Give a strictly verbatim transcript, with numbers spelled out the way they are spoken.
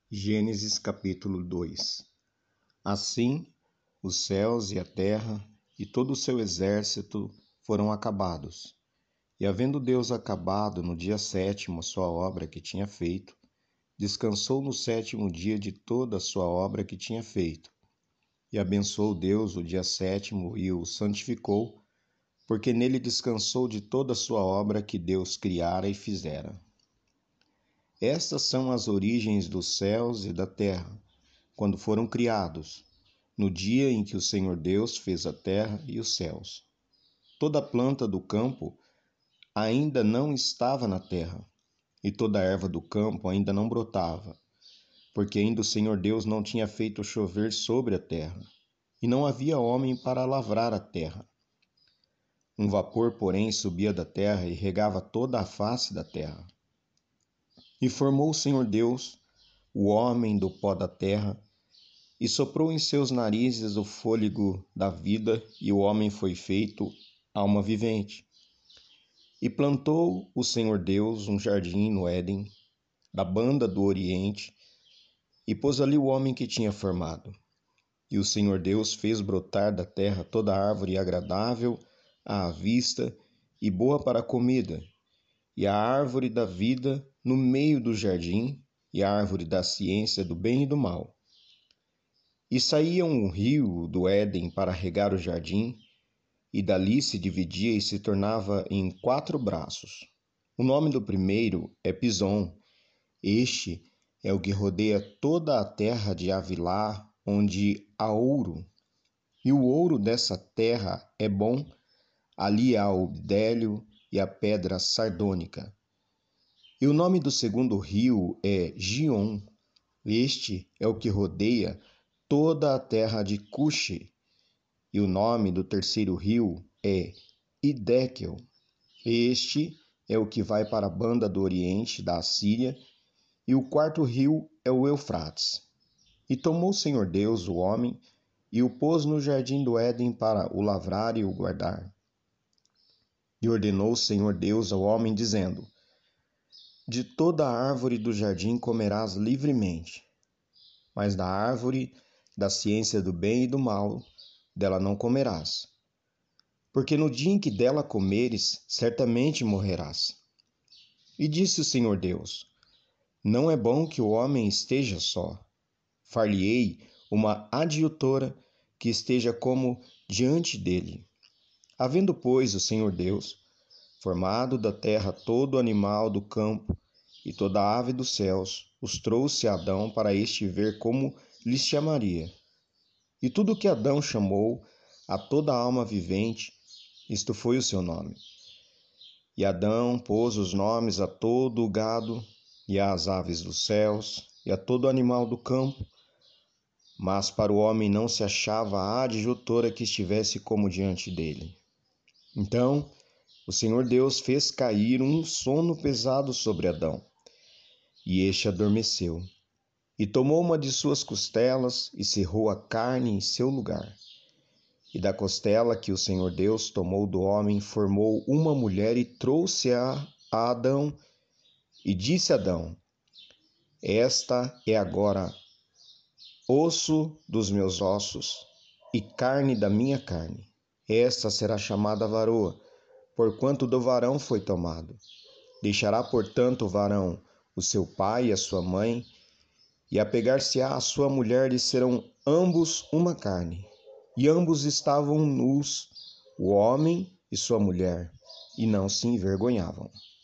Gênesis capítulo dois. Assim, os céus e a terra e todo o seu exército foram acabados. E havendo Deus acabado no dia sétimo a sua obra que tinha feito, descansou no sétimo dia de toda a sua obra que tinha feito. E abençoou Deus o dia sétimo e o santificou, porque nele descansou de toda a sua obra que Deus criara e fizera. Estas são as origens dos céus e da terra, quando foram criados, no dia em que o Senhor Deus fez a terra e os céus. Toda planta do campo ainda não estava na terra, e toda erva do campo ainda não brotava, porque ainda o Senhor Deus não tinha feito chover sobre a terra, e não havia homem para lavrar a terra. Um vapor, porém, subia da terra e regava toda a face da terra. E formou o Senhor Deus o homem do pó da terra, e soprou em seus narizes o fôlego da vida, e o homem foi feito alma vivente. E plantou o Senhor Deus um jardim no Éden, da banda do Oriente, e pôs ali o homem que tinha formado. E o Senhor Deus fez brotar da terra toda árvore agradável à vista e boa para a comida, e a árvore da vida no meio do jardim, e a árvore da ciência do bem e do mal. E saía um rio do Éden para regar o jardim, e dali se dividia e se tornava em quatro braços. O nome do primeiro é Pison. Este é o que rodeia toda a terra de Havilá, onde há ouro. E o ouro dessa terra é bom, ali há o bdélio e a pedra sardônica. E o nome do segundo rio é Gion. Este é o que rodeia toda a terra de Cuxi. E o nome do terceiro rio é Hiddekel. Este é o que vai para a banda do oriente da Assíria. E o quarto rio é o Eufrates. E tomou o Senhor Deus o homem e o pôs no jardim do Éden para o lavrar e o guardar. E ordenou o Senhor Deus ao homem, dizendo: De toda a árvore do jardim comerás livremente, mas da árvore da ciência do bem e do mal, dela não comerás. Porque no dia em que dela comeres, certamente morrerás. E disse o Senhor Deus: Não é bom que o homem esteja só. Far-lhe-ei uma adjutora que esteja como diante dele. Havendo, pois, o Senhor Deus formado da terra todo animal do campo e toda ave dos céus, os trouxe a Adão para este ver como lhes chamaria. E tudo que Adão chamou a toda alma vivente, isto foi o seu nome. E Adão pôs os nomes a todo o gado, e às aves dos céus, e a todo animal do campo, mas para o homem não se achava a adjutora que estivesse como diante dele. Então o Senhor Deus fez cair um sono pesado sobre Adão, e este adormeceu. E tomou uma de suas costelas e cerrou a carne em seu lugar. E da costela que o Senhor Deus tomou do homem, formou uma mulher e trouxe-a a Adão. E disse Adão: Esta é agora osso dos meus ossos e carne da minha carne. Esta será chamada varoa, porquanto do varão foi tomado. Deixará, portanto, o varão o seu pai e a sua mãe, e apegar-se-á à sua mulher, e serão ambos uma carne. E ambos estavam nus, o homem e sua mulher, e não se envergonhavam.